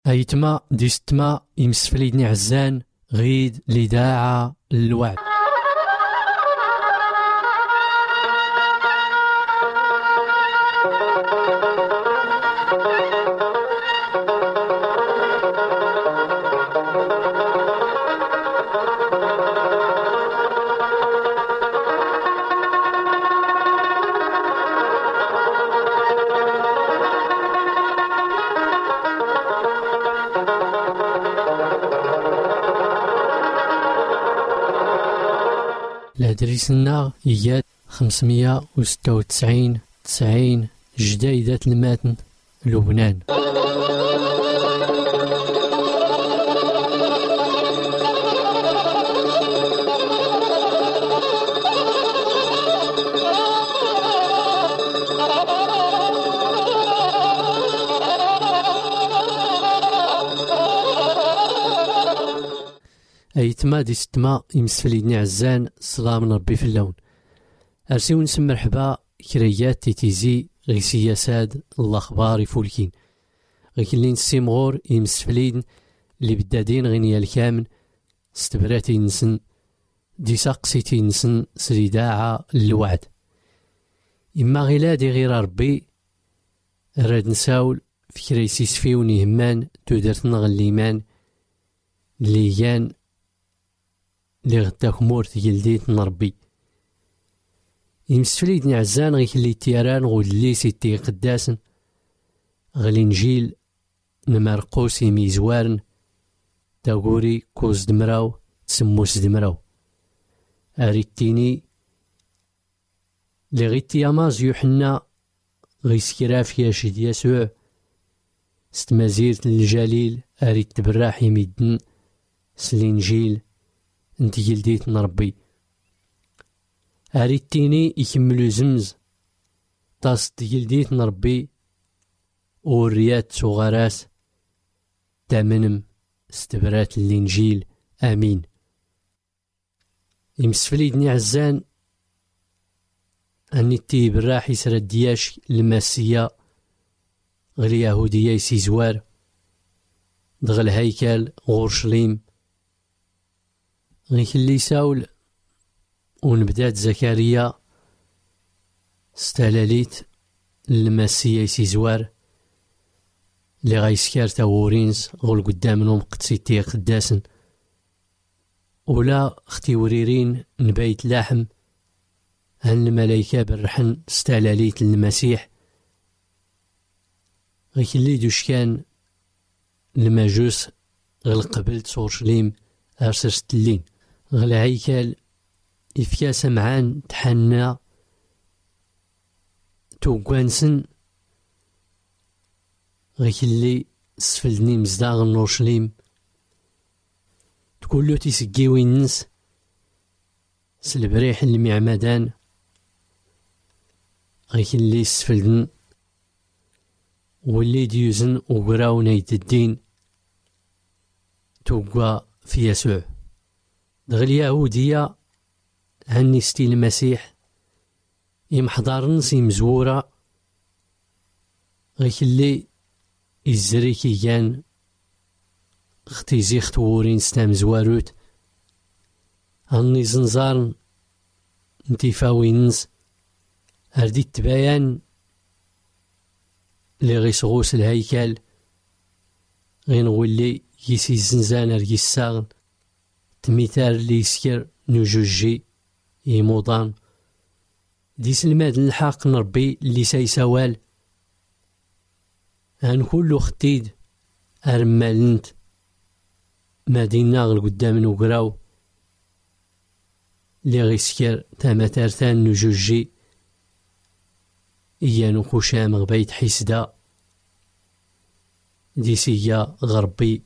أيتما ديستما يمسفليدني عزان غيد لداعة الوعد. الهدريسنا إياد 596 جديدة الماتن لبنان. أيتما ديستما يمسفليدني عزان السلام من ربي في اللون. أرسيو نسم مرحبا كريات تيتيزي غي سياساد الأخبار يفولكين غي كلين السيمغور يمسفليدن اللي بدادين غينيا الكامن استبراتي نسن دي ساقسيتي نسن سريداعة الوعد. إما غيلادي غير ربي راد نساول في كريسيس فيوني همان تودرتنا غاليمان اللي كان اللي غداك مورت جلديت نربي. يمسفليدني عزان غيك اللي تيران غولي سيتي قداسن غلي نجيل نمرقوس يميزوارن تاغوري كوز دمراو تسموس دمراو أريتيني اللي غيتي ياماز يوحنا غيسكراف ياشد يسوع ستمازيرت الجليل أريت تبراح يميدن سلينجيل انت جلديت نربي. أريتيني يكملو زمز طاست جلديت نربي وريات صغراس تامنم استبرات الإنجيل آمين. يمسفليدني عزان أني تي براح يسرى دياش الماسية غير يهودية يسيزوار دغل هيكل غورشليم غيك اللي ساول ونبدات زكريا ستالاليت الماسية يسيزوار اللي غايسكار تاورينس غول قدامنهم قدسيتي قداسن ولا اختي وريرين نبيت لاحم هن الملايكة بالرحن ستالاليت المسيح غيك اللي دوش كان المجوس غل قبلت سورشليم أرسرت اللين غل هيكل إفكا سمعان تحنى توقوانسن غيك اللي سفلني مزداغ نورشليم تقولو تيسقيوي النس سلبريح المعمدان غيك اللي سفلن واللي ديوزن وقراو نايد الدين توقع في يسوع دغل يهودية هني ستي المسيح يمحضرن سي مزورة غيك اللي إزريكي كان اختي زيخت وورين ستام زواروت هني زنزارن انتفاوينز هردي التبايان اللي غيسغوس الهيكل غينولي يسي الزنزان رجي الساغن تميثار اللي يسكر نجوجي يموضان ديس الماد الحق نربي اللي سايسوال هان كلو ختيد أرمالنت مدينة غل قدام نوقراو اللي غيسكر تامتارتان نجوجي إيانو كوشام غبيت حسدا ديسيا غربي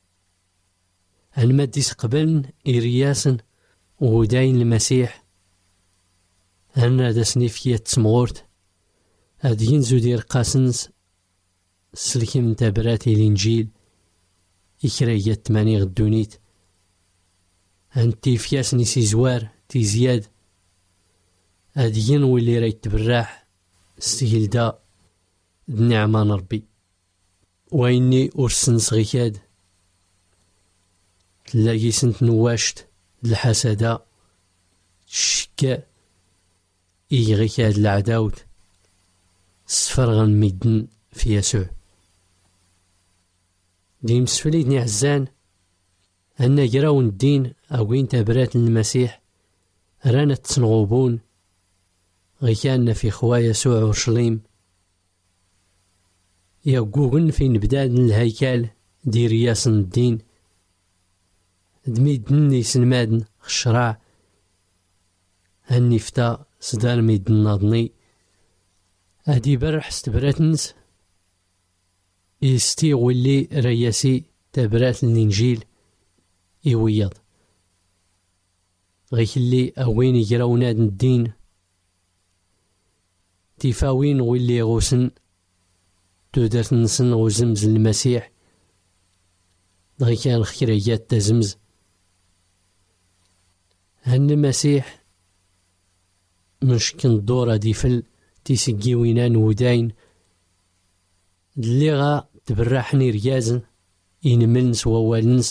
هنما ديس قبلن إرياسن وهداين المسيح هنا داسني فيا تسمغورت هاد ينزو دير قاسنس سلكي من تابراتي الإنجيل إكرايا تماني غدونيت هانتي فياسني سي زوار تي زياد هاد ينوي اللي راي تبراح استجلدا النعمة نربي وإني أرسن صغيكاد تلاقي سنت نواشت الحسدة الشكاء إيغيكاد العداوت سفرغ الميدن في يسوع. ديم سفليدني عزان أن جراون الدين أوين تبرات المسيح رانا تسنغوبون غيكان في خوا يسوع ورشليم يقوغن في نبداد الهيكال دير ياسن الدين دميدن يسنمادن الشراع هنفتا صدار ميدن ناضني هادي برح استبراتنس يستي ولي رياسي تبرات الانجيل يويض غيخلي اوين يجراوناد الدين تيفاوين ولي غوسن تودرت نسن غوزمز المسيح غي كان خيريات تزمز هن المسيح مشكن الدورة ديفل تيسقي وينان وداين اللي غا تبرحني ريازن ينملنس ووالنس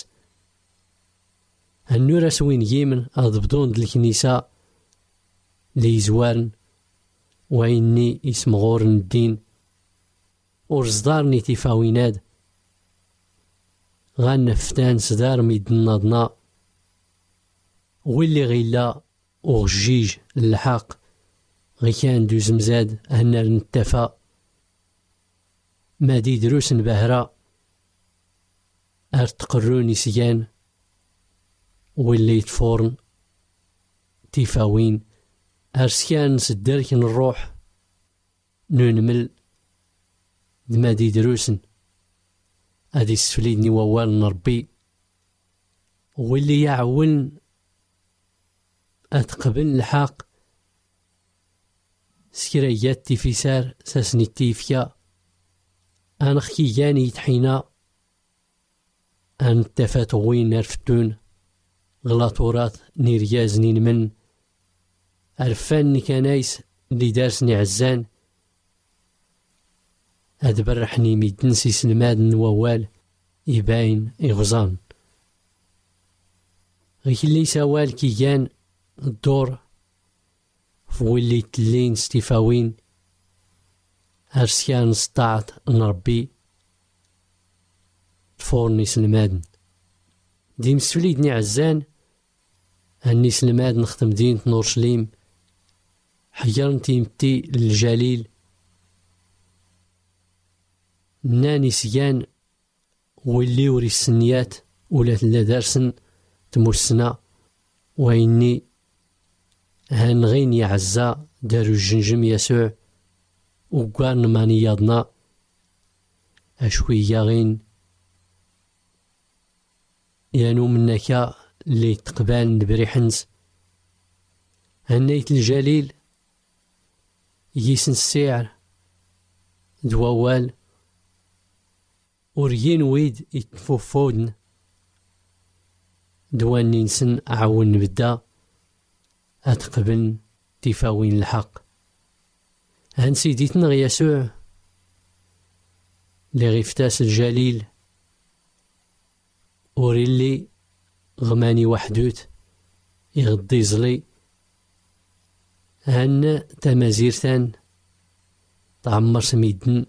هنورا سوين يمن أضبطون الكنيسة ليزوارن وإني يسمغورن الدين ورزدارني تيفاويناد غان نفتان صدار ميدن ناضنا واللي غيلا وغجيج الحق غي كان دو زمزاد هنا نتفا ما دي دروس بهرا ارتقروني سيان واللي يتفورن تيفاوين ارسيان سدرك الروح ننمل دما دي دروسن ادي السفليدني ووال نربي واللي يعون اتقبل الحق سكريات تيفيسار ساسني تيفيا انا خكي جاني يتحينا ان تفاتوين نرفتون غلاطورات نيريازنين من عرفاني كنايس اللي دارسني عزان هاد برحني ميدنسي سلماد ووال يباين يغزان غيك اللي سوال كي جان الدور فولي تلين ستيفاوين هرسيان سطعت نربي تفورني سلمادن ديم سفليدني عزان هني سلماد نخدم دينة نورشليم حيرن تيمتي للجليل ناني سيان واللي وري السنيات ولا تلا دارسن تمرسنا وإني هنغين يعزا دارو الجنجم يسوع وقارن ماني ياضنا أشوية غين يانو منك اللي تقبال نبريحنس هنيت الجليل يسن السعر دووال وريين ويد يتفوفودن دواني نسن أعون نبدا أتقبل تفاوين الحق هن سيديتنا يسوع لغفتاس الجليل وريلي غماني وحدوت يغضي زلي هن تمازيرتان تعمر سميدن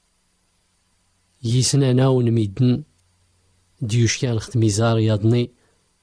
يسنا ناون ميدن ديوش كان ختميزار ياضني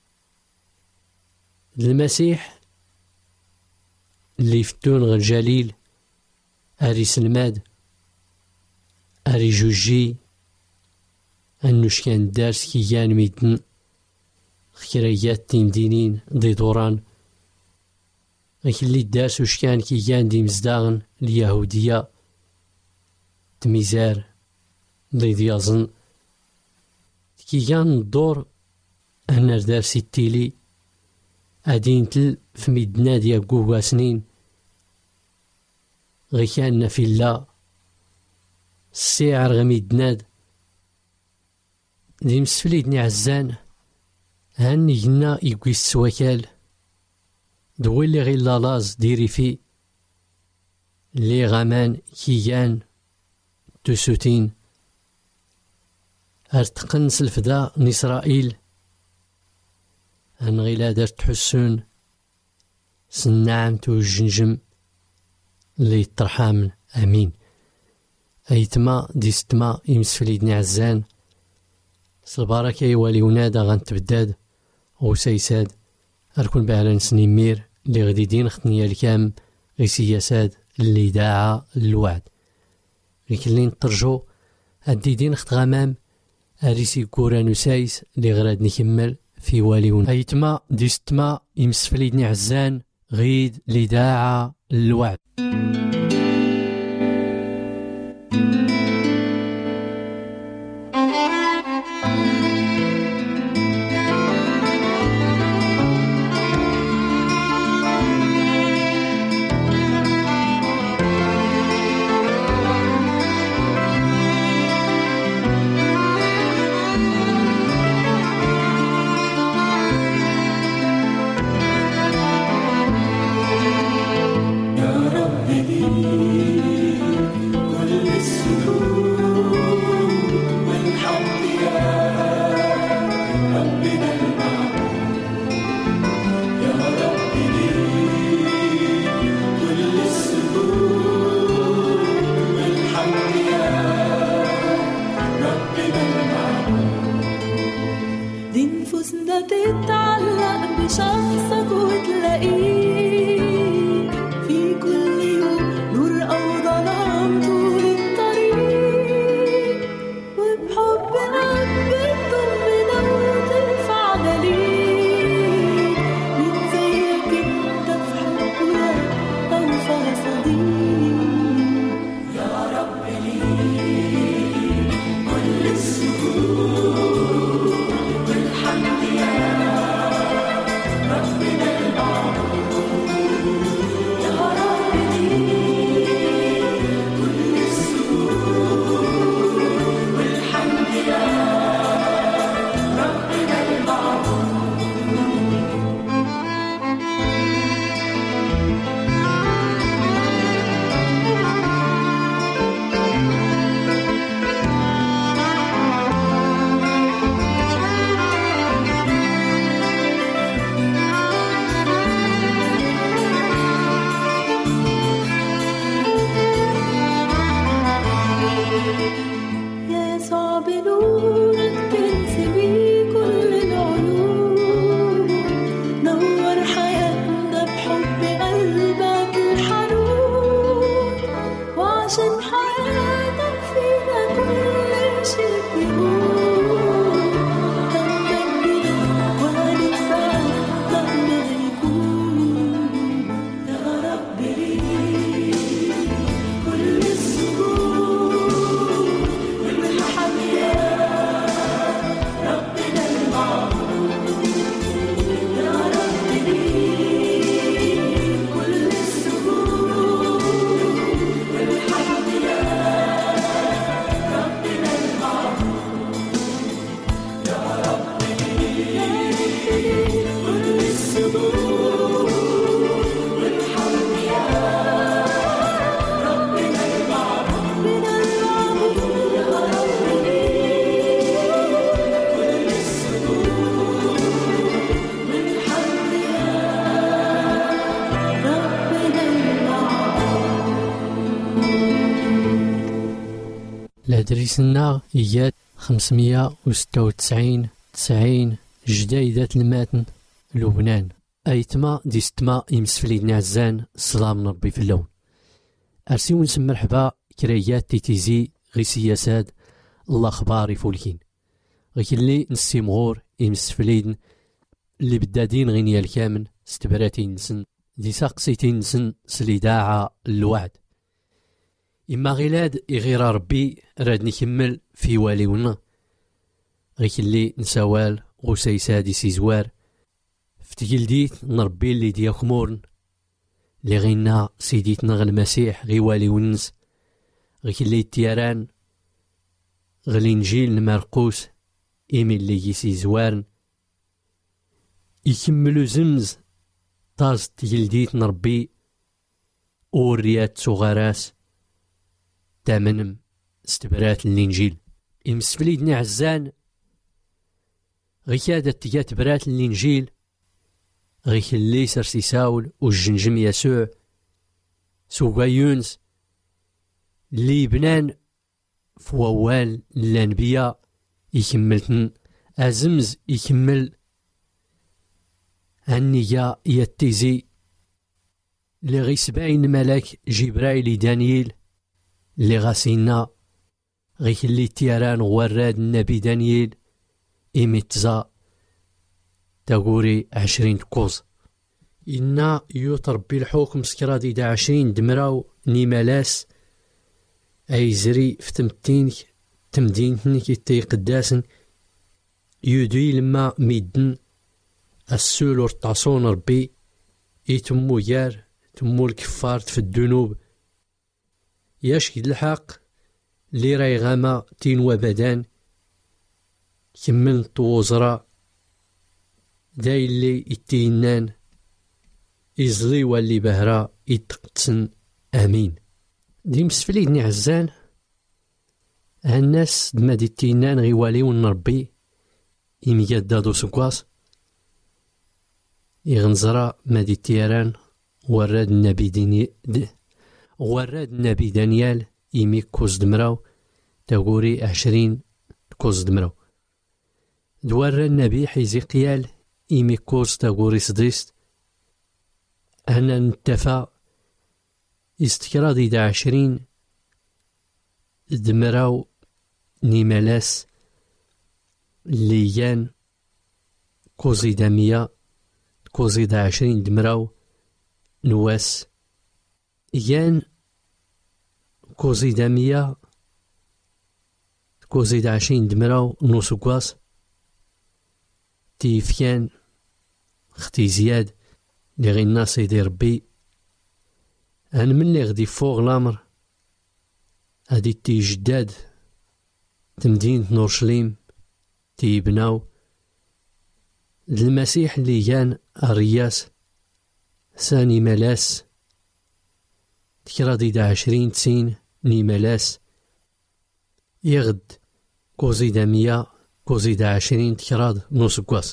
المسيح اللي فتون غير جليل أري سلماد أري جوجي أنوش كان دارس كيان ميدن خيريات تيمدينين دي دوران اللي دارس وش كان كيان دي مزداغن اليهودية تميزار دي ديازن كيان الدور أنا دارسي التيلي أدين تل في ميدنا ديال قوغا سنين غي كان في الله السعر غميدناد دي مسفليدني عزان هاني جنا يقويس سواكال دويلي غي لالاز ديري في لي غامان كيان تسوتين ارتقن سلفدا من إسرائيل أن غيلا دارت تحسون سنعمت والجنجم اللي يطرحامن أمين أيتما ديستما يمسفليدني عزان سالباركة يوالي ونادا غنتبداد وسيساد أركون بعلا نسني مير اللي غديدين ختنيا الكام غي سياساد اللي داعا الوعد غيكلين ترجو هديدين خت غمام أريسي كورانو سايس اللي غراد نكمل في واليون أيتما ديستما يمسفليدني عزان غيد اللي داعا الوعد. تتعلق بشخصك وتلاقيه في كل يوم نور أو ظلام طول الطريق وبحب قلبك تضمنا وترفع دليل مين زيك انت في حبه يا أوفى صديق يا رب ليك كل السجود والحمد يا ربنا المعبود يا رب ليك كل السجود والحمد يا ربنا المعبود. يا صعب نورك تنسبي كل العيوب نور حياتنا بحب قلبك الحنون وعشان حياتك فينا كل شيء بيقول هنمجدك وهنتبعك مهما يكون يا رب ليك كل السجود والحمد يا ربنا المعبود يا رب ليك كل السجود والحمد يا ربنا المعبود يا رب ليك كل السجود والحمد يا ربنا المعبود يا رب ليك كل السجود والحمد يا ربنا المعبود. لادريسنا إيات 596 90 جديدة الماتن لبنان أيتما ديستما يمسفليدني عزان السلام من ربي في اللون أرسي ونسم مرحبا كريات تيتيزي غي سياسات الله أخبار يفولكين غيكلي نسي مغور يمسفليدن اللي بدادين غينيا الكامن استبراتي نسن دي ساقسيتي نسن سليداعة الوعد إما غيلاد إغير ربي راد نكمل في واليونا غيكلي نسوال غسيسادي سيزوار فتجلديت نربي اللي دياك مورن اللي غينا سيديتنا غ المسيح غي واليونس غيكلي التيران غالإنجيل مرقوس إيمي اللي يسيزوارن يكملو زمز طاز تجلديت نربي أوريات صغاراس تامنم استبرات الإنجيل إمسفليدني عزان غيكادة تيات برات الإنجيل غيك اللي سرسي ساول والجنجم يسوع سوغا يونس اللي بنان فوال الأنبياء يكملتن أزمز يكمل هنيا يتيزي اللي غيسبعين ملاك جبرائيل دانييل اللي غاسينا غيك اللي تيران وراد النبي دانييل إمتزا تاغوري 20 كوز إنا يتربي الحكم سكرادي دا 20 دمراو نيمالاس أيزري في تمدينتنك يتي قداسن يدوي لما ميدن السول ورطاسون ربي يتمو يار تمو الكفارت في الذنوب ياشكد الحق اللي راي غاما تين وبدان كمل طوزرا داي اللي يتينان إزلي واللي بهرا يتقتسن آمين. دي مسفليدني عزان هالناس دما دي تينان غيواليو نربي يميادادو سكواس يغنزرا ما دي تيران وراد النبي دانيال يمي كوز دمراو تاغوري 20 كوز دمراو دوار النبي حيزيقيال يمي كوز تاغوري صديست أنا نتفا استكرادي دا 20 دمراو نيمالاس ليان كوزي دا 100 كوزي دا 20 دمراو نواس يان كوزي دا 100 كوزي دا 20 دمراو نوسكواس تيفيان ختي زياد لي غينا سيدي ربي أنا من اللي غدي فوق الأمر هادي تي جداد تمدينة نورشليم تيبناو المسيح اللي كان الرياس ساني ملاس تكرادي دا 20 تسين ني ملاس يغد كوزي دا 100 كوزي دا 20 تكراد نص كواس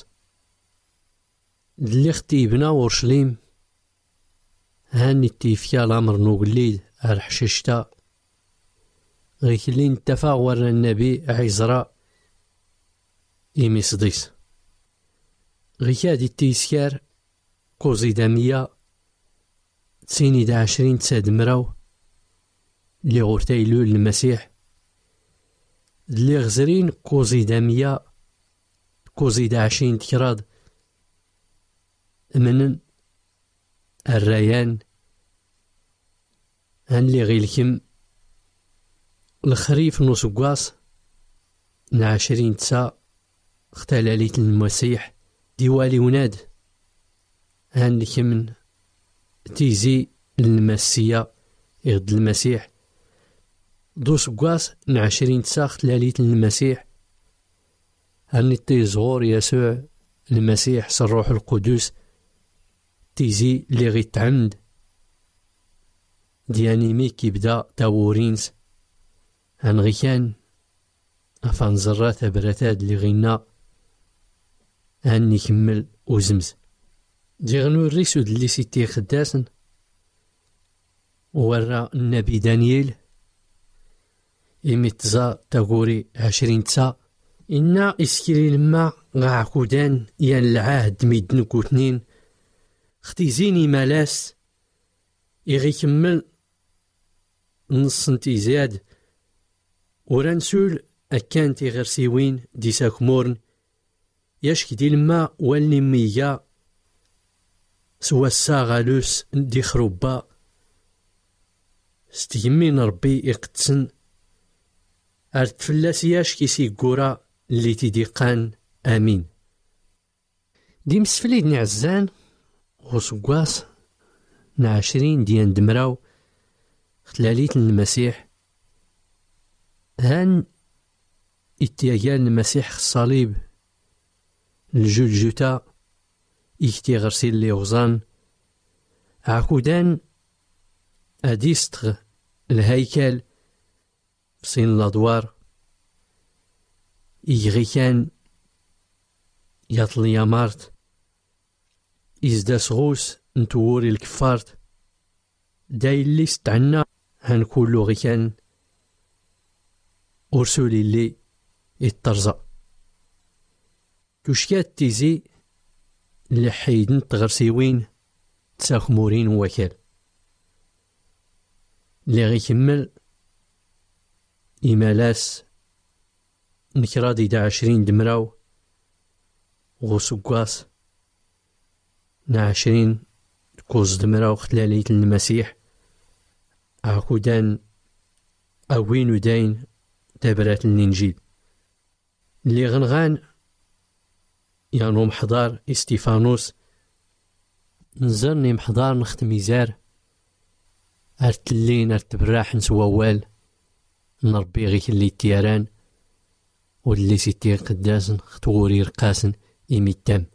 اللي ختي بنا ورشليم هاني تيفيا الامر نوغليد الحششتا غيك اللي نتفا ورا النبي عزرا إيمي صديس غيك هادي تيسكار كوزي دا 100 تسيني دا 20 تساد مراو اللي غورتايلو المسيح اللي غزرين كوزي دا 100 كوزي دا 20 تكراد من الريان هان اللي غيلكم الخريف نص قواس 20 تسا اختلالية المسيح ديوالي وناد هان لكم تيزي المسيا يغد المسيح دوس قواس 20 تسا اختلالية المسيح هان تيزغور يسوع المسيح الروح القدس تيزي اللي غيتعمد دياني ميك يبدا تاورينس هان غيكان افان زرات براتاد اللي غينا هان يكمل وزمز دي غنو الريسود اللي سيتي خداسن ورا النبي دانييل إمتزا تاغوري 20 تسا إنا إسكيري لما غاعكودان يان العهد ميدنكو 2 ختيزيني مالاس يغي كمل نص نتي زياد ورانسول أكان تيغير سيوين دي ساكمورن ياشك دي لما والني ميجا سوا الساغالوس دي خروبا ستيمين ربي يقتسن أرتفلاس ياشكي سيقورا اللي تيديقان آمين دي مسفليدني عزان غصقواس 20 ديان دمراو خلالية المسيح هان اتياجان المسيح الصليب الجلجوتا يكتي غرسيل اللي غزان عكودان أديستغ الهيكل في صين الأدوار يغي كان يطلي مارت إزدا صغوس نتوري الكفارت داي اللي استعنا هنكولو غي كان أرسولي اللي يترزا توشكات تيزي اللي حيدن تغرسيوين تساكمورين وكال اللي غي كمل إمالاس نكرادي 20 دمراو غوسقواس 20 كوز دمراو خلالية المسيح عقودان أوين وداين تبرات الإنجيل اللي غنغان يعني محضار استيفانوس نزرني محضار نختم يزار أرتلين أرتبراح نسووال نربي غيك اللي تيران واللي سيتي قداسن خطوري رقاسن إيمي التام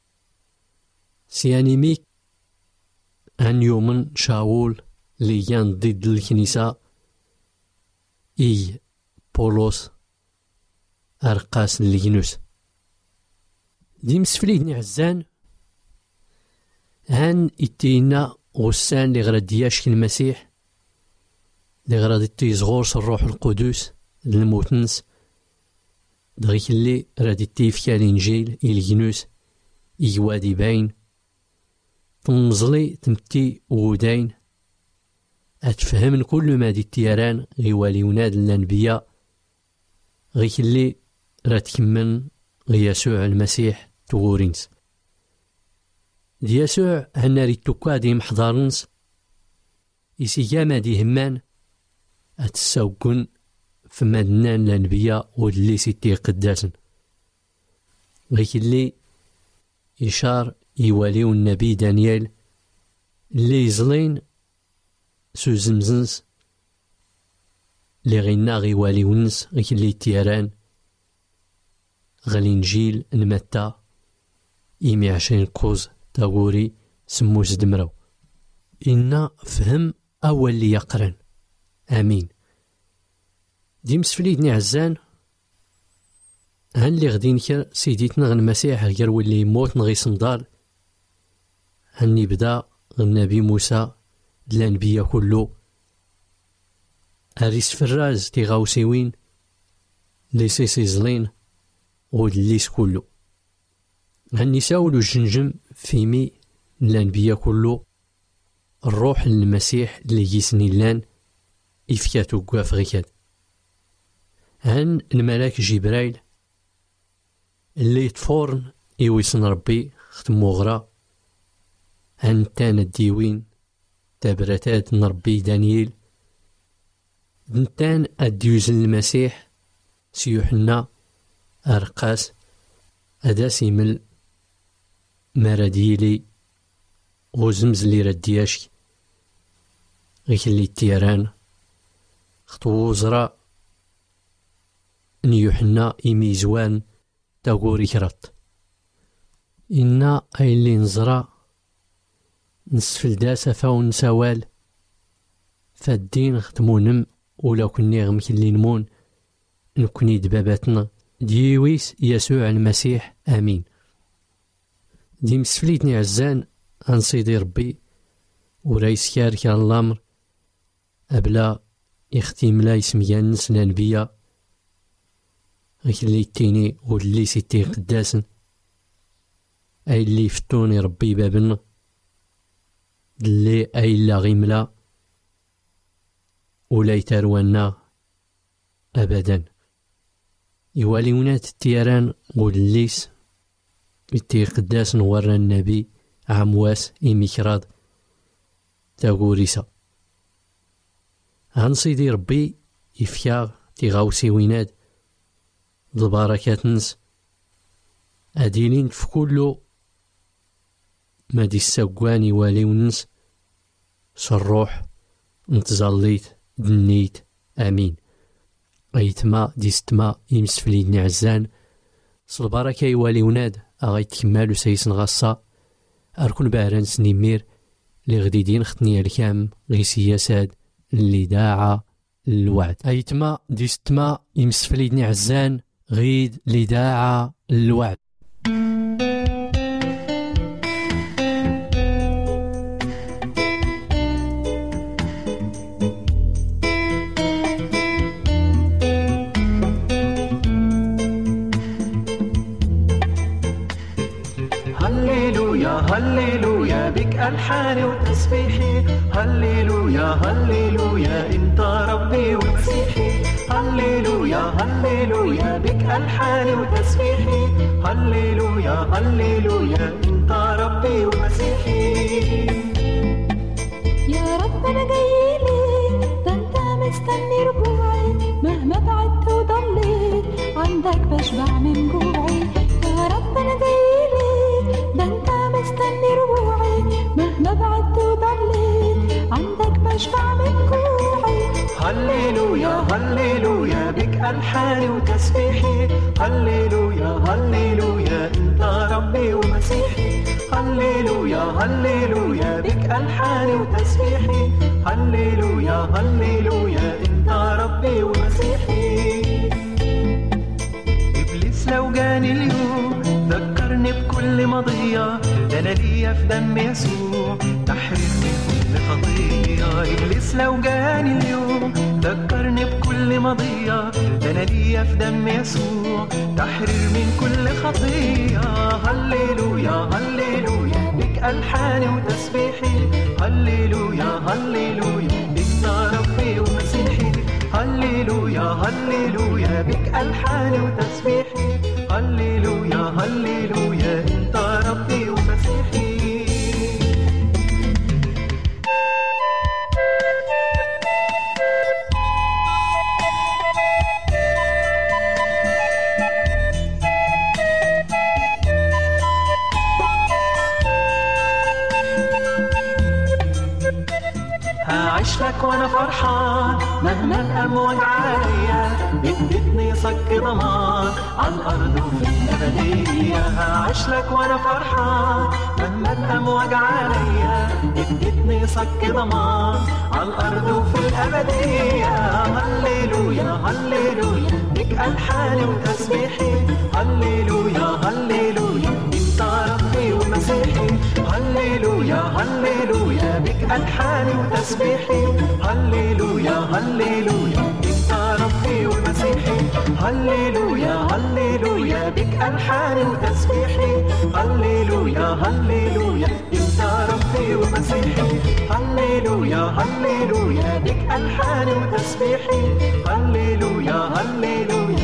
سياني ميك أن يومن شاول ليان ضد الكنيسة إي بولوس أرقاس لينوس دي مسفليدني عزان هان إتينا غسان لغردياش المسيح لغرد تيزغورس الروح القدس للموتنس دغيك اللي رادي تيفكا الإنجيل إلينوس إيوادي باين تنزلي تمتي وداين أتفهمن كل ما دي التيران غيوالي وناد الأنبياء غيك اللي راه تكمن غيسوع المسيح تغورينس دي يسوع هناري التوكادي محضارنس إسيجاما دي همان أتساوكن فمدنان الأنبياء واللي سيتي قداسن غيك اللي إشار يواليو النبي دانيال اللي يزلين سو زمزنس اللي غينا غيواليو النس غيك اللي تيران غالإنجيل نمتا إيمي 20 كوز تاغوري سموس دمراو إنا فهم أول اللي يقرن آمين دي مسفليدني عزان هان اللي غدي نكر سيديتنا غن مسيح غير واللي يموت نغي صندال هاني بدا النبي موسى الأنبياء كله أريس فراز تيغاوسيوين لي سيزلين ودليس كله هاني ساولو الجنجم فيمي الأنبياء كله الروح المسيح اللي يسني لان إفكاتو قواف غيكاد هان الملاك جبرائيل اللي يتفورن إيويسن ربي ختمو غرا هان تان الديوين تابرتات نربي دانييل دنتان أديوزن المسيح سيوحنا أرقاس أداسي مل مارديلي غوزمزلي ردياشك غيك اللي تيران خطو زرا نيوحنا إيميزوان تاغوري كرات إنا أي اللي نزرا نسفل داسة فاون سوال فالدين ختمونم ولو كني غمك اللي نمون نكوني دباباتنا ديويس يسوع المسيح آمين دي مسفليتني عزان أنصيدي ربي ورايس كارك الأمر أبلا يختيم لا يسم يانس الأنبياء غيك اللي يتيني واللي سيتي قداسن أي اللي يفتوني ربي بابنا اللي أي لا غيملا ولا يتاروانا أبدا يواليونات التيران والليس يتي قداسن ورا النبي عمواس إيميكراد تاغوريسا هان سيدي ربي يفياغ تيغاوسي ويناد البركات نس أدينين في كله ما دي الساقواني والي ونس صروح نتزليت دنيت آمين أيتما ديستما يمسفليدني عزان صالبركة يوالي وناد أغايت كمالو سيسن غصة أركن باران سنيمير اللي غديدين ختني الكام غي سياسات اللي داعة الوعد أيتما ديستما يمسفليدني عزان غيد لداعة الوعد. هللويا هللويا بك ألحاني وتسبيحي، هللويا هللويا أنت ربي ومسيحي، هللويا هللويا بك ألحاني وتسبيحي، هللويا هللويا أنت ربي ومسيحي. يا رب أنا جايلك، ده أنت مستني رجوعي، مهما بعدت وضليت عندك بشبع من جوعي. يا رب أنا جايلك، ده أنت مستني رجوعي، مهما بعدت وضليت عندك بشبع من جوعي. هللويا هللويا بك ألحاني وتسبيحي، هللويا هللويا أنت ربي ومسيحي، هللويا هللويا بك ألحاني وتسبيحي، هللويا هللويا أنت ربي ومسيحي. إبليس لو جاني اليوم ذكرني بكل مضية، ده أنا ليا في دم يسوع تحرير من كل خطية. إبليس لو جاني اليوم ذكرني بكل مضية، ده أنا ليا في دم يسوع تحرير من كل خطية. هللويا هللويا بك ألحاني وتسبيحي، هللويا هللويا أنت ربي ومسيحي، هللويا هللويا بك ألحاني وتسبيحي، هللويا هللويا أنت ربي ومسيحي. هعيش لك وانا فرحان مهما الامواج عليا، ادتني صك ضمان على الارض وفي الابديه. هعيش لك وانا فرحان مهما الامواج عليا، ادتني صك ضمان على الارض وفي الابديه. هللويا هللويا بك الحاني وتسبيحي، هللويا هللويا انت ربي ومسيحي، هللويا هللويا بك الحاني وتسبيحي، هللويا هللويا انت ربي ومسيحي، هللويا هللويا بك الحاني وتسبيحي، هللويا هللويا انت ربي ومسيحي، هللويا هللويا بك الحاني وتسبيحي، هللويا هللويا